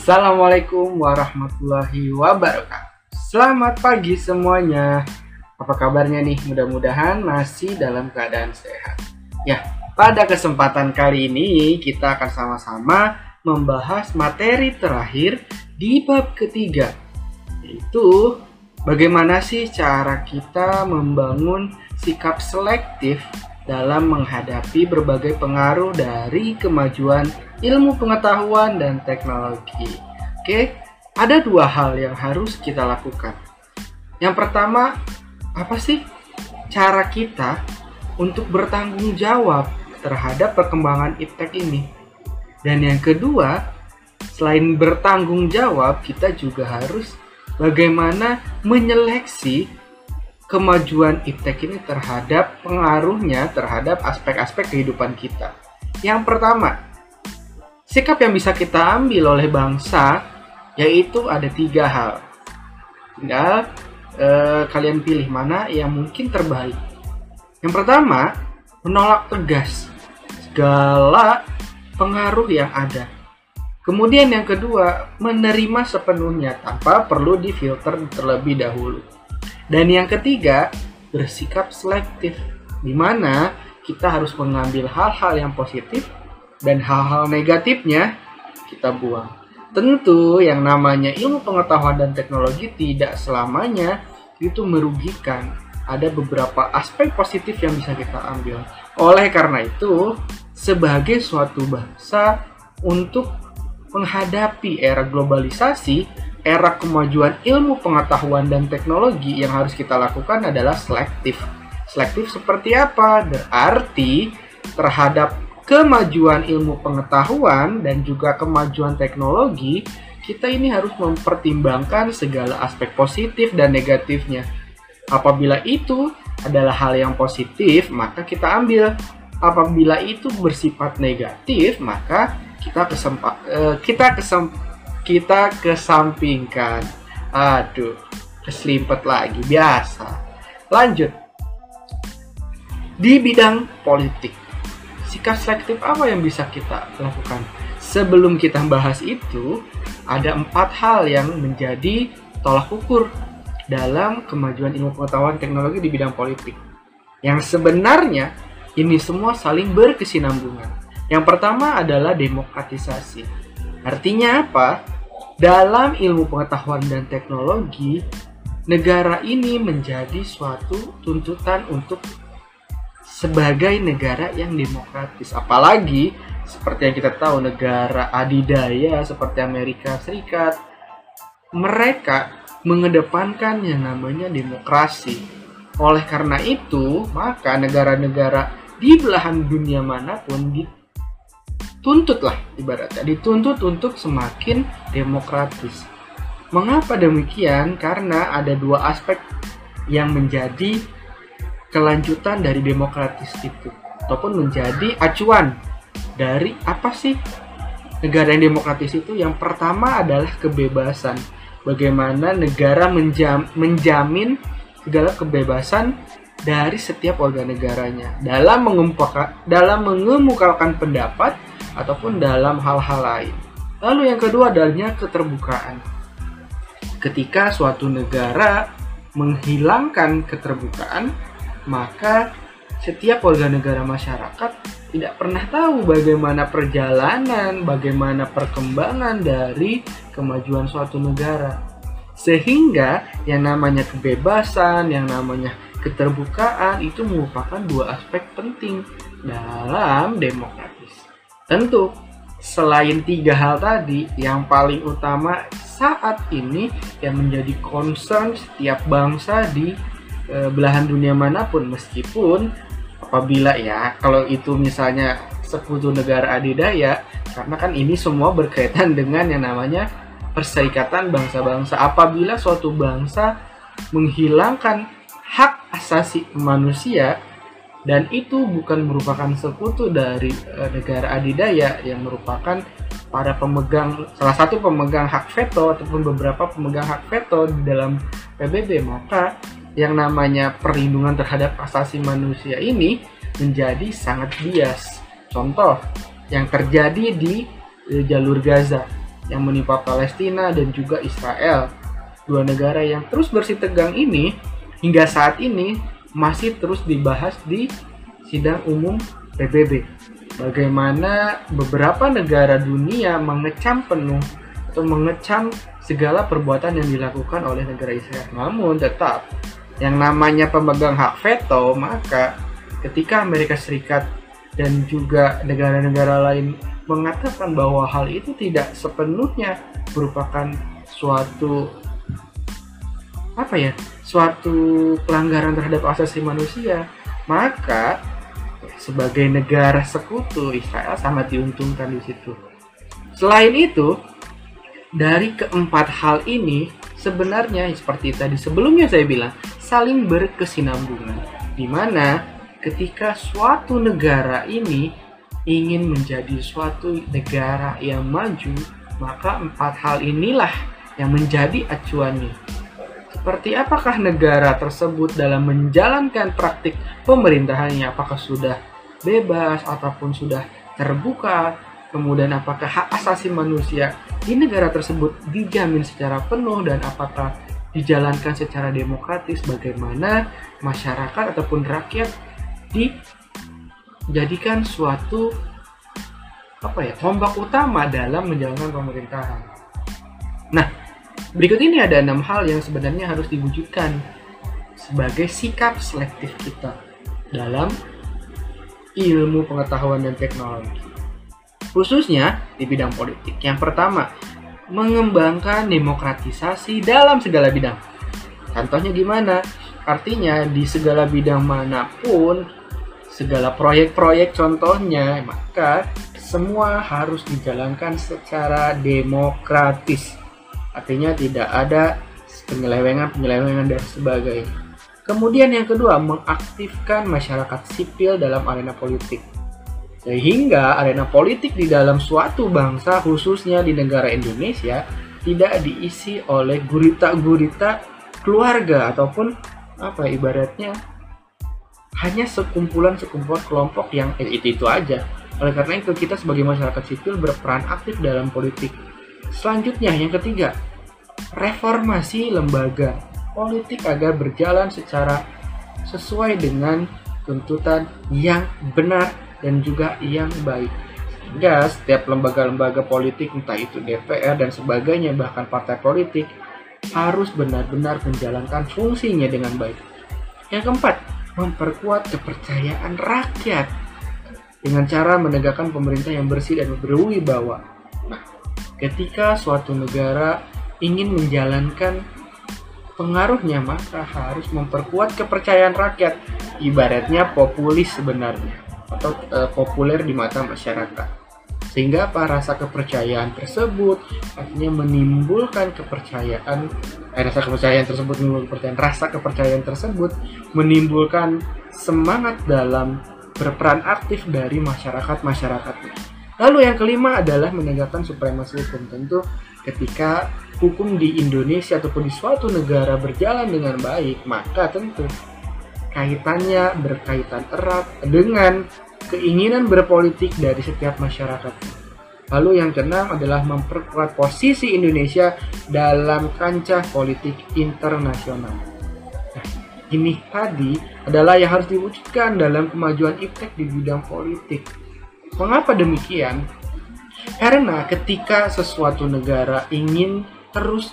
Assalamualaikum warahmatullahi wabarakatuh. Selamat pagi semuanya. Apa kabarnya nih? Mudah-mudahan masih dalam keadaan sehat. Ya, pada kesempatan kali ini kita akan sama-sama membahas materi terakhir di bab ketiga, yaitu bagaimana sih cara kita membangun sikap selektif dalam menghadapi berbagai pengaruh dari kemajuan ilmu pengetahuan dan teknologi. Oke, ada dua hal yang harus kita lakukan. Yang pertama, apa sih cara kita untuk bertanggung jawab terhadap perkembangan iptek ini? Dan yang kedua, selain bertanggung jawab, kita juga harus bagaimana menyeleksi kemajuan iptek ini terhadap pengaruhnya terhadap aspek-aspek kehidupan kita. Yang pertama, sikap yang bisa kita ambil oleh bangsa yaitu ada 3 hal. Tinggal kalian pilih mana yang mungkin terbaik. Yang pertama, menolak tegas segala pengaruh yang ada. Kemudian yang kedua, menerima sepenuhnya tanpa perlu difilter terlebih dahulu. Dan yang ketiga, bersikap selektif, di mana kita harus mengambil hal-hal yang positif dan hal-hal negatifnya kita buang. Tentu yang namanya ilmu pengetahuan dan teknologi tidak selamanya itu merugikan. Ada beberapa aspek positif yang bisa kita ambil. Oleh karena itu, sebagai suatu bangsa untuk menghadapi era globalisasi, era kemajuan ilmu pengetahuan dan teknologi, yang harus kita lakukan adalah selektif. Selektif seperti apa? Berarti terhadap kemajuan ilmu pengetahuan dan juga kemajuan teknologi, kita ini harus mempertimbangkan segala aspek positif dan negatifnya. Apabila itu adalah hal yang positif, maka kita ambil. Apabila itu bersifat negatif, maka kita kesampingkan. Aduh, keselimpet lagi, biasa. Lanjut. Di bidang politik, sikap selektif apa yang bisa kita lakukan? Sebelum kita bahas itu, ada 4 hal yang menjadi tolak ukur dalam kemajuan ilmu pengetahuan teknologi di bidang politik, yang sebenarnya ini semua saling berkesinambungan. Yang pertama adalah demokratisasi. Artinya apa? Dalam ilmu pengetahuan dan teknologi, negara ini menjadi suatu tuntutan untuk sebagai negara yang demokratis. Apalagi seperti yang kita tahu, negara adidaya seperti Amerika Serikat, mereka mengedepankan yang namanya demokrasi. Oleh karena itu, maka negara-negara di belahan dunia manapun dituntut untuk semakin demokratis. Mengapa demikian? Karena ada 2 aspek yang menjadi kelanjutan dari demokratis itu, ataupun menjadi acuan dari apa sih negara yang demokratis itu. Yang pertama adalah kebebasan. Bagaimana negara menjamin segala kebebasan dari setiap warga negaranya dalam mengemukakan pendapat ataupun dalam hal-hal lain. Lalu yang kedua adalah keterbukaan. Ketika suatu negara menghilangkan keterbukaan, maka setiap warga negara masyarakat tidak pernah tahu bagaimana perjalanan, bagaimana perkembangan dari kemajuan suatu negara. Sehingga yang namanya kebebasan, yang namanya keterbukaan itu merupakan 2 aspek penting dalam demokratis. Tentu, selain 3 hal tadi, yang paling utama saat ini yang menjadi concern setiap bangsa di belahan dunia manapun, meskipun apabila kalau itu misalnya sekutu negara adidaya, karena kan ini semua berkaitan dengan yang namanya perserikatan bangsa-bangsa. Apabila suatu bangsa menghilangkan hak asasi manusia, dan itu bukan merupakan sekutu dari negara adidaya yang merupakan salah satu pemegang hak veto ataupun beberapa pemegang hak veto di dalam PBB, maka yang namanya perlindungan terhadap asasi manusia ini menjadi sangat bias. Contoh yang terjadi di jalur Gaza. yang menimpa Palestina dan juga Israel. Dua negara yang terus bersitegang ini hingga saat ini masih terus dibahas di sidang umum PBB. Bagaimana beberapa negara dunia mengecam penuh atau mengecam segala perbuatan yang dilakukan oleh negara Israel. Namun tetap yang namanya pemegang hak veto, maka ketika Amerika Serikat dan juga negara-negara lain mengatakan bahwa hal itu tidak sepenuhnya merupakan suatu pelanggaran terhadap asasi manusia, maka sebagai negara sekutu Israel sangat diuntungkan di situ. Selain itu, dari keempat hal ini sebenarnya seperti tadi sebelumnya saya bilang saling berkesinambungan, di mana ketika suatu negara ini ingin menjadi suatu negara yang maju, maka empat hal inilah yang menjadi acuannya. Seperti apakah negara tersebut dalam menjalankan praktik pemerintahannya, apakah sudah bebas ataupun sudah terbuka, kemudian apakah hak asasi manusia di negara tersebut dijamin secara penuh dan apakah dijalankan secara demokratis, bagaimana masyarakat ataupun rakyat dijadikan suatu ombak utama dalam menjalankan pemerintahan. Nah, berikut ini ada 6 hal yang sebenarnya harus diwujudkan sebagai sikap selektif kita dalam ilmu pengetahuan dan teknologi, khususnya di bidang politik. Yang pertama, mengembangkan demokratisasi dalam segala bidang. Contohnya gimana? Artinya di segala bidang manapun, segala proyek-proyek contohnya, maka semua harus dijalankan secara demokratis. Artinya tidak ada penyelewengan dan sebagainya. Kemudian yang kedua, mengaktifkan masyarakat sipil dalam arena politik. Sehingga arena politik di dalam suatu bangsa, khususnya di negara Indonesia, tidak diisi oleh gurita-gurita keluarga ataupun ibaratnya hanya sekumpulan kelompok yang itu aja. Oleh karena itu kita sebagai masyarakat sipil berperan aktif dalam politik. Selanjutnya yang ketiga, reformasi lembaga politik agar berjalan secara sesuai dengan tuntutan yang benar dan juga yang baik. Sehingga setiap lembaga-lembaga politik, entah itu DPR dan sebagainya, bahkan partai politik, harus benar-benar menjalankan fungsinya dengan baik. Yang keempat, memperkuat kepercayaan rakyat dengan cara menegakkan pemerintah yang bersih dan berwibawa. Nah, ketika suatu negara ingin menjalankan pengaruhnya, maka harus memperkuat kepercayaan rakyat, ibaratnya populis sebenarnya, atau populer di mata masyarakat. Sehingga rasa kepercayaan tersebut artinya menimbulkan rasa kepercayaan tersebut menimbulkan semangat dalam berperan aktif dari masyarakat-masyarakatnya. Lalu yang kelima adalah menegakkan supremasi hukum. Tentu ketika hukum di Indonesia ataupun di suatu negara berjalan dengan baik, maka tentu kaitannya berkaitan erat dengan keinginan berpolitik dari setiap masyarakat. Lalu yang keenam adalah memperkuat posisi Indonesia dalam kancah politik internasional. Nah, ini tadi adalah yang harus diwujudkan dalam kemajuan iptek di bidang politik. Mengapa demikian? Karena ketika sesuatu negara ingin terus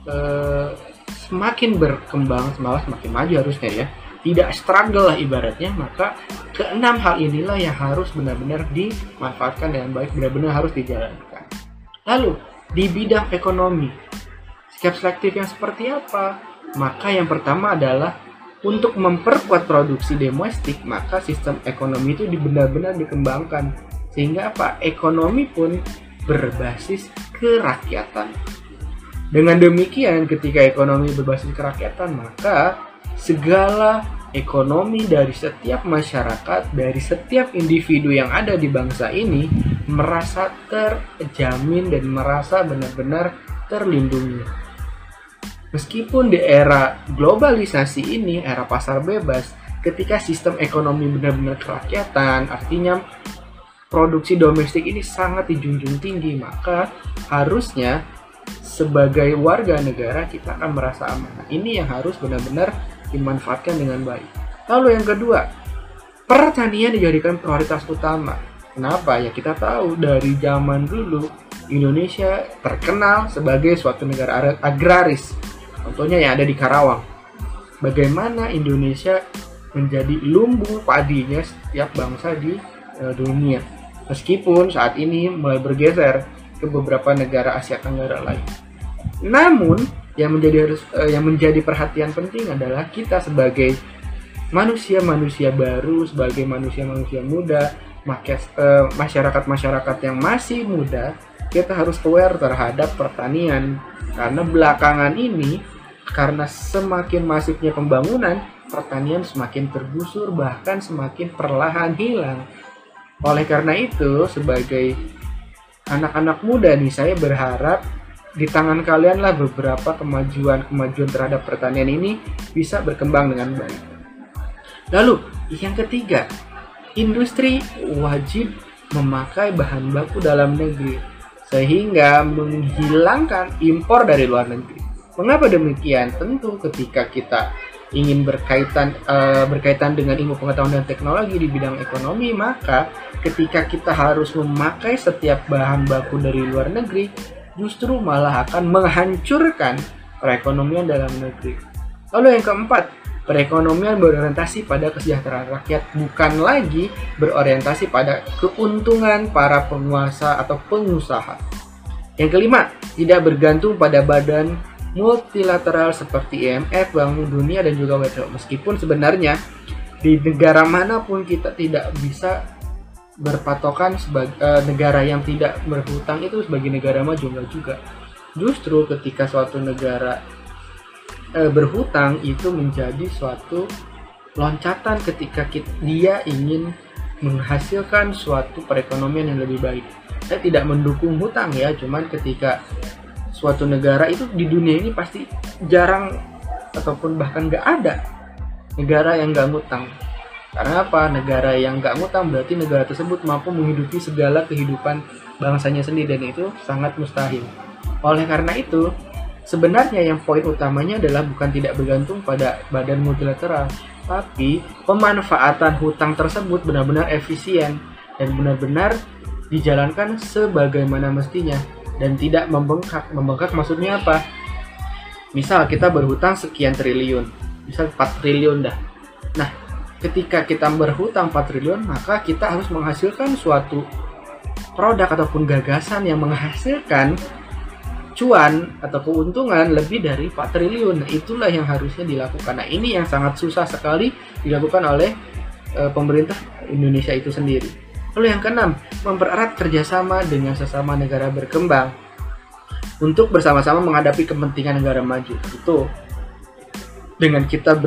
semakin berkembang, semakin maju harusnya ya, tidak struggle lah ibaratnya, maka keenam hal inilah yang harus benar-benar dimanfaatkan dengan baik, benar-benar harus dijalankan. Lalu di bidang ekonomi, sikap selektif yang seperti apa? Maka yang pertama adalah untuk memperkuat produksi domestik, maka sistem ekonomi itu benar-benar dikembangkan sehingga ekonomi pun berbasis kerakyatan. Dengan demikian, ketika ekonomi berbasis kerakyatan, maka segala ekonomi dari setiap masyarakat, dari setiap individu yang ada di bangsa ini merasa terjamin dan merasa benar-benar terlindungi. Meskipun di era globalisasi ini, era pasar bebas, ketika sistem ekonomi benar-benar kerakyatan, artinya produksi domestik ini sangat dijunjung tinggi, maka harusnya sebagai warga negara kita akan merasa aman. Nah, ini yang harus benar-benar dimanfaatkan dengan baik. Lalu yang kedua, pertanian dijadikan prioritas utama. Kenapa? Ya kita tahu dari zaman dulu Indonesia terkenal sebagai suatu negara agraris. Contohnya yang ada di Karawang. Bagaimana Indonesia menjadi lumbung padinya setiap bangsa di dunia. Meskipun saat ini mulai bergeser ke beberapa negara Asia Tenggara lain. Namun yang menjadi perhatian penting adalah kita sebagai manusia-manusia baru, sebagai manusia-manusia muda, masyarakat-masyarakat yang masih muda, kita harus aware terhadap pertanian. Karena belakangan ini, karena semakin masifnya pembangunan, pertanian semakin tergusur, bahkan semakin perlahan hilang. Oleh karena itu, sebagai anak-anak muda nih, saya berharap di tangan kalian lah beberapa kemajuan terhadap pertanian ini bisa berkembang dengan baik. Lalu, yang ketiga, industri wajib memakai bahan baku dalam negeri sehingga menghilangkan impor dari luar negeri. Mengapa demikian? Tentu ketika kita ingin berkaitan dengan ilmu pengetahuan dan teknologi di bidang ekonomi, maka ketika kita harus memakai setiap bahan baku dari luar negeri, justru malah akan menghancurkan perekonomian dalam negeri. Lalu yang keempat, perekonomian berorientasi pada kesejahteraan rakyat, bukan lagi berorientasi pada keuntungan para penguasa atau pengusaha. Yang kelima, tidak bergantung pada badan multilateral seperti IMF, Bank Dunia, dan juga WHO. Meskipun sebenarnya di negara manapun kita tidak bisa berpatokan sebagai negara yang tidak berhutang itu sebagai negara maju, enggak juga. Justru ketika suatu negara berhutang itu menjadi suatu loncatan ketika dia ingin menghasilkan suatu perekonomian yang lebih baik. Saya tidak mendukung hutang ya, cuman ketika suatu negara itu di dunia ini pasti jarang ataupun bahkan nggak ada negara yang nggak ngutang. Karena apa? Negara yang nggak ngutang berarti negara tersebut mampu menghidupi segala kehidupan bangsanya sendiri, dan itu sangat mustahil. Oleh karena itu, sebenarnya yang poin utamanya adalah bukan tidak bergantung pada badan multilateral, tapi pemanfaatan hutang tersebut benar-benar efisien dan benar-benar dijalankan sebagaimana mestinya dan tidak membengkak. Membengkak maksudnya apa? Misal kita berhutang sekian triliun, misal 4 triliun dah. Nah, ketika kita berhutang 4 triliun, maka kita harus menghasilkan suatu produk ataupun gagasan yang menghasilkan cuan atau keuntungan lebih dari 4 triliun. Nah, itulah yang harusnya dilakukan. Nah, ini yang sangat susah sekali dilakukan oleh pemerintah Indonesia itu sendiri. Lalu yang keenam, mempererat kerjasama dengan sesama negara berkembang untuk bersama-sama menghadapi kepentingan negara maju. Itu dengan kita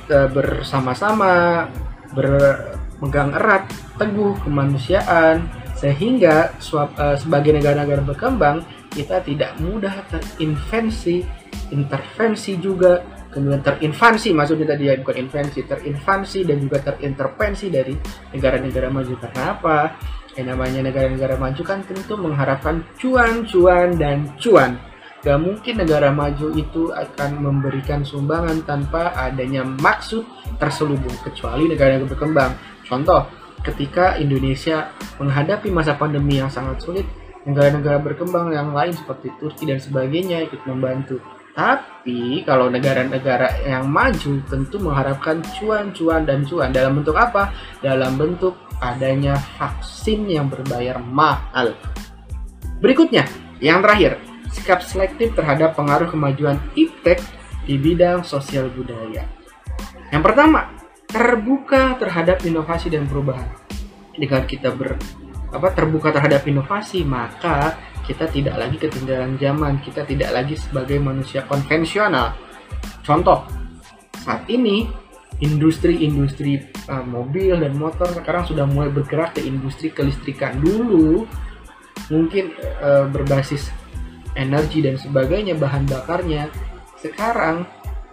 bersama-sama bermegang erat teguh kemanusiaan, sehingga sebagai negara-negara berkembang kita tidak mudah intervensi juga, kemudian terinvasi, maksudnya tadi ya, bukan invensi, terinvasi dan juga terintervensi dari negara-negara maju. Karena apa? Namanya negara-negara maju kan tentu mengharapkan cuan dan cuan. Gak mungkin negara maju itu akan memberikan sumbangan tanpa adanya maksud terselubung, kecuali negara-negara berkembang. Contoh, ketika Indonesia menghadapi masa pandemi yang sangat sulit, negara-negara berkembang yang lain seperti Turki dan sebagainya ikut membantu. Tapi kalau negara-negara yang maju tentu mengharapkan cuan dan cuan. Dalam bentuk apa? Dalam bentuk adanya vaksin yang berbayar mahal. Berikutnya, yang terakhir, sikap selektif terhadap pengaruh kemajuan iptek di bidang sosial budaya. Yang pertama, terbuka terhadap inovasi dan perubahan. Dengan kita terbuka terhadap inovasi, maka kita tidak lagi ketinggalan zaman, kita tidak lagi sebagai manusia konvensional. Contoh, saat ini industri mobil dan motor sekarang sudah mulai bergerak ke industri kelistrikan. Dulu mungkin berbasis energi dan sebagainya, bahan bakarnya. Sekarang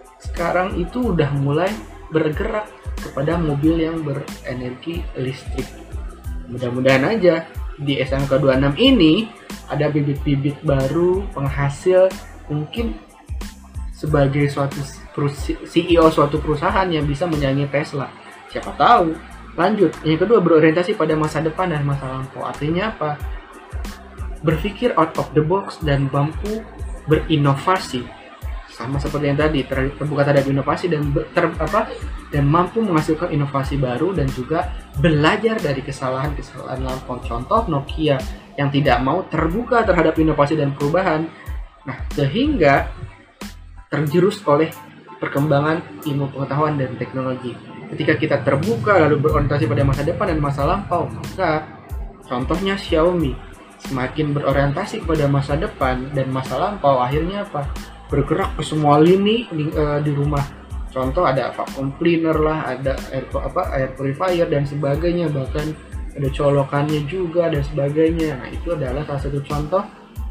itu udah mulai bergerak kepada mobil yang berenergi listrik. Mudah-mudahan aja di SMK 26 ini ada bibit-bibit baru penghasil, mungkin sebagai suatu CEO suatu perusahaan yang bisa menyaingi Tesla. Siapa tahu. Lanjut, yang kedua, berorientasi pada masa depan dan masa lampau. Artinya apa? Berpikir out of the box dan mampu berinovasi. Sama seperti yang tadi, terbuka terhadap inovasi dan mampu menghasilkan inovasi baru dan juga belajar dari kesalahan-kesalahan lampau. Contoh Nokia yang tidak mau terbuka terhadap inovasi dan perubahan. Nah, sehingga tergerus oleh perkembangan ilmu pengetahuan dan teknologi. Ketika kita terbuka lalu berorientasi pada masa depan dan masa lampau, maka contohnya Xiaomi semakin berorientasi pada masa depan dan masa lampau, akhirnya apa? Bergerak ke semua lini di rumah. Contoh ada vacuum cleaner lah, ada air purifier dan sebagainya, bahkan ada colokannya juga dan sebagainya. Nah, itu adalah salah satu contoh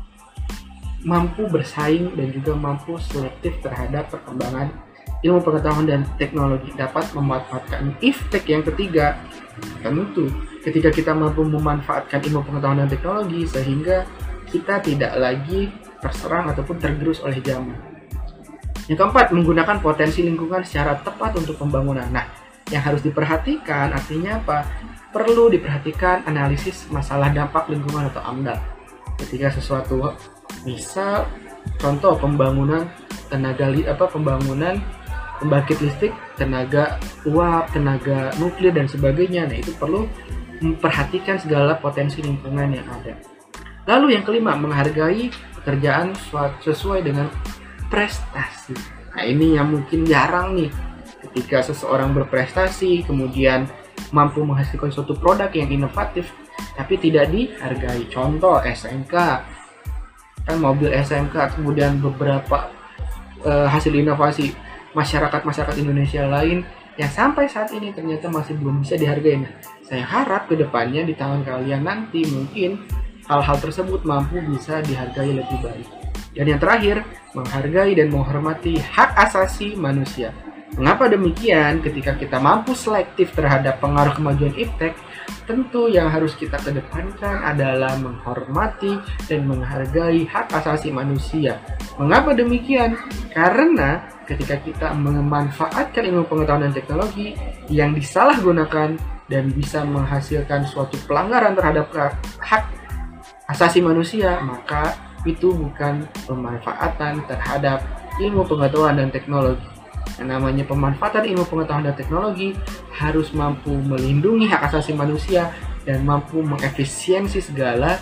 mampu bersaing dan juga mampu selektif terhadap perkembangan ilmu pengetahuan dan teknologi, dapat memanfaatkan IFTEK. Yang ketiga, tentu ketika kita mampu memanfaatkan ilmu pengetahuan dan teknologi sehingga kita tidak lagi terserang ataupun tergerus oleh zaman. Yang keempat, menggunakan potensi lingkungan secara tepat untuk pembangunan. Nah, yang harus diperhatikan artinya apa? Perlu diperhatikan analisis masalah dampak lingkungan atau AMDAL. Ketika sesuatu, misal contoh pembangunan pembangunan pembangkit listrik, tenaga uap, tenaga nuklir dan sebagainya. Nah, itu perlu memperhatikan segala potensi lingkungan yang ada. Lalu yang kelima, menghargai pekerjaan sesuai dengan prestasi. Nah, ini yang mungkin jarang nih. Ketika seseorang berprestasi, kemudian mampu menghasilkan suatu produk yang inovatif, tapi tidak dihargai. Contoh SMK, kan mobil SMK, kemudian beberapa hasil inovasi masyarakat Indonesia lain yang sampai saat ini ternyata masih belum bisa dihargai. Nah, saya harap kedepannya di tangan kalian nanti mungkin hal-hal tersebut mampu bisa dihargai lebih baik. Dan yang terakhir, menghargai dan menghormati hak asasi manusia. Mengapa demikian? Ketika kita mampu selektif terhadap pengaruh kemajuan IFTEK, tentu yang harus kita kedepankan adalah menghormati dan menghargai hak asasi manusia. Mengapa demikian? Karena ketika kita memanfaatkan ilmu pengetahuan dan teknologi yang disalahgunakan dan bisa menghasilkan suatu pelanggaran terhadap hak asasi manusia, maka itu bukan pemanfaatan terhadap ilmu pengetahuan dan teknologi. Yang namanya pemanfaatan ilmu pengetahuan dan teknologi harus mampu melindungi hak asasi manusia dan mampu mengefisiensi segala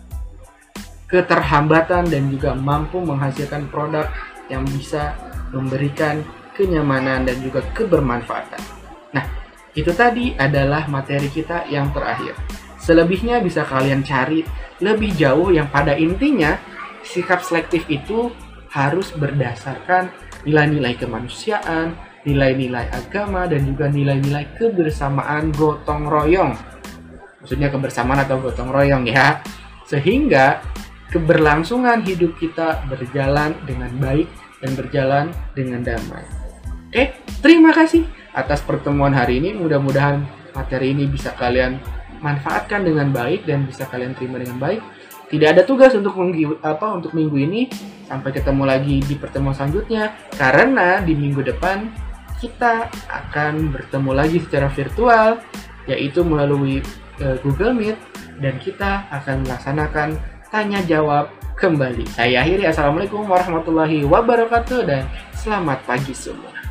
keterhambatan dan juga mampu menghasilkan produk yang bisa memberikan kenyamanan dan juga kebermanfaatan. Nah, itu tadi adalah materi kita yang terakhir. Selebihnya bisa kalian cari lebih jauh, yang pada intinya sikap selektif itu harus berdasarkan nilai-nilai kemanusiaan, nilai-nilai agama, dan juga nilai-nilai kebersamaan gotong royong. Maksudnya kebersamaan atau gotong royong ya. Sehingga keberlangsungan hidup kita berjalan dengan baik dan berjalan dengan damai. Oke, terima kasih atas pertemuan hari ini. Mudah-mudahan materi ini bisa kalian manfaatkan dengan baik dan bisa kalian terima dengan baik. Tidak ada tugas untuk minggu ini. Sampai ketemu lagi di pertemuan selanjutnya, karena di minggu depan kita akan bertemu lagi secara virtual, yaitu melalui Google Meet, dan kita akan melaksanakan tanya jawab kembali. Saya akhiri, assalamualaikum warahmatullahi wabarakatuh dan selamat pagi semua.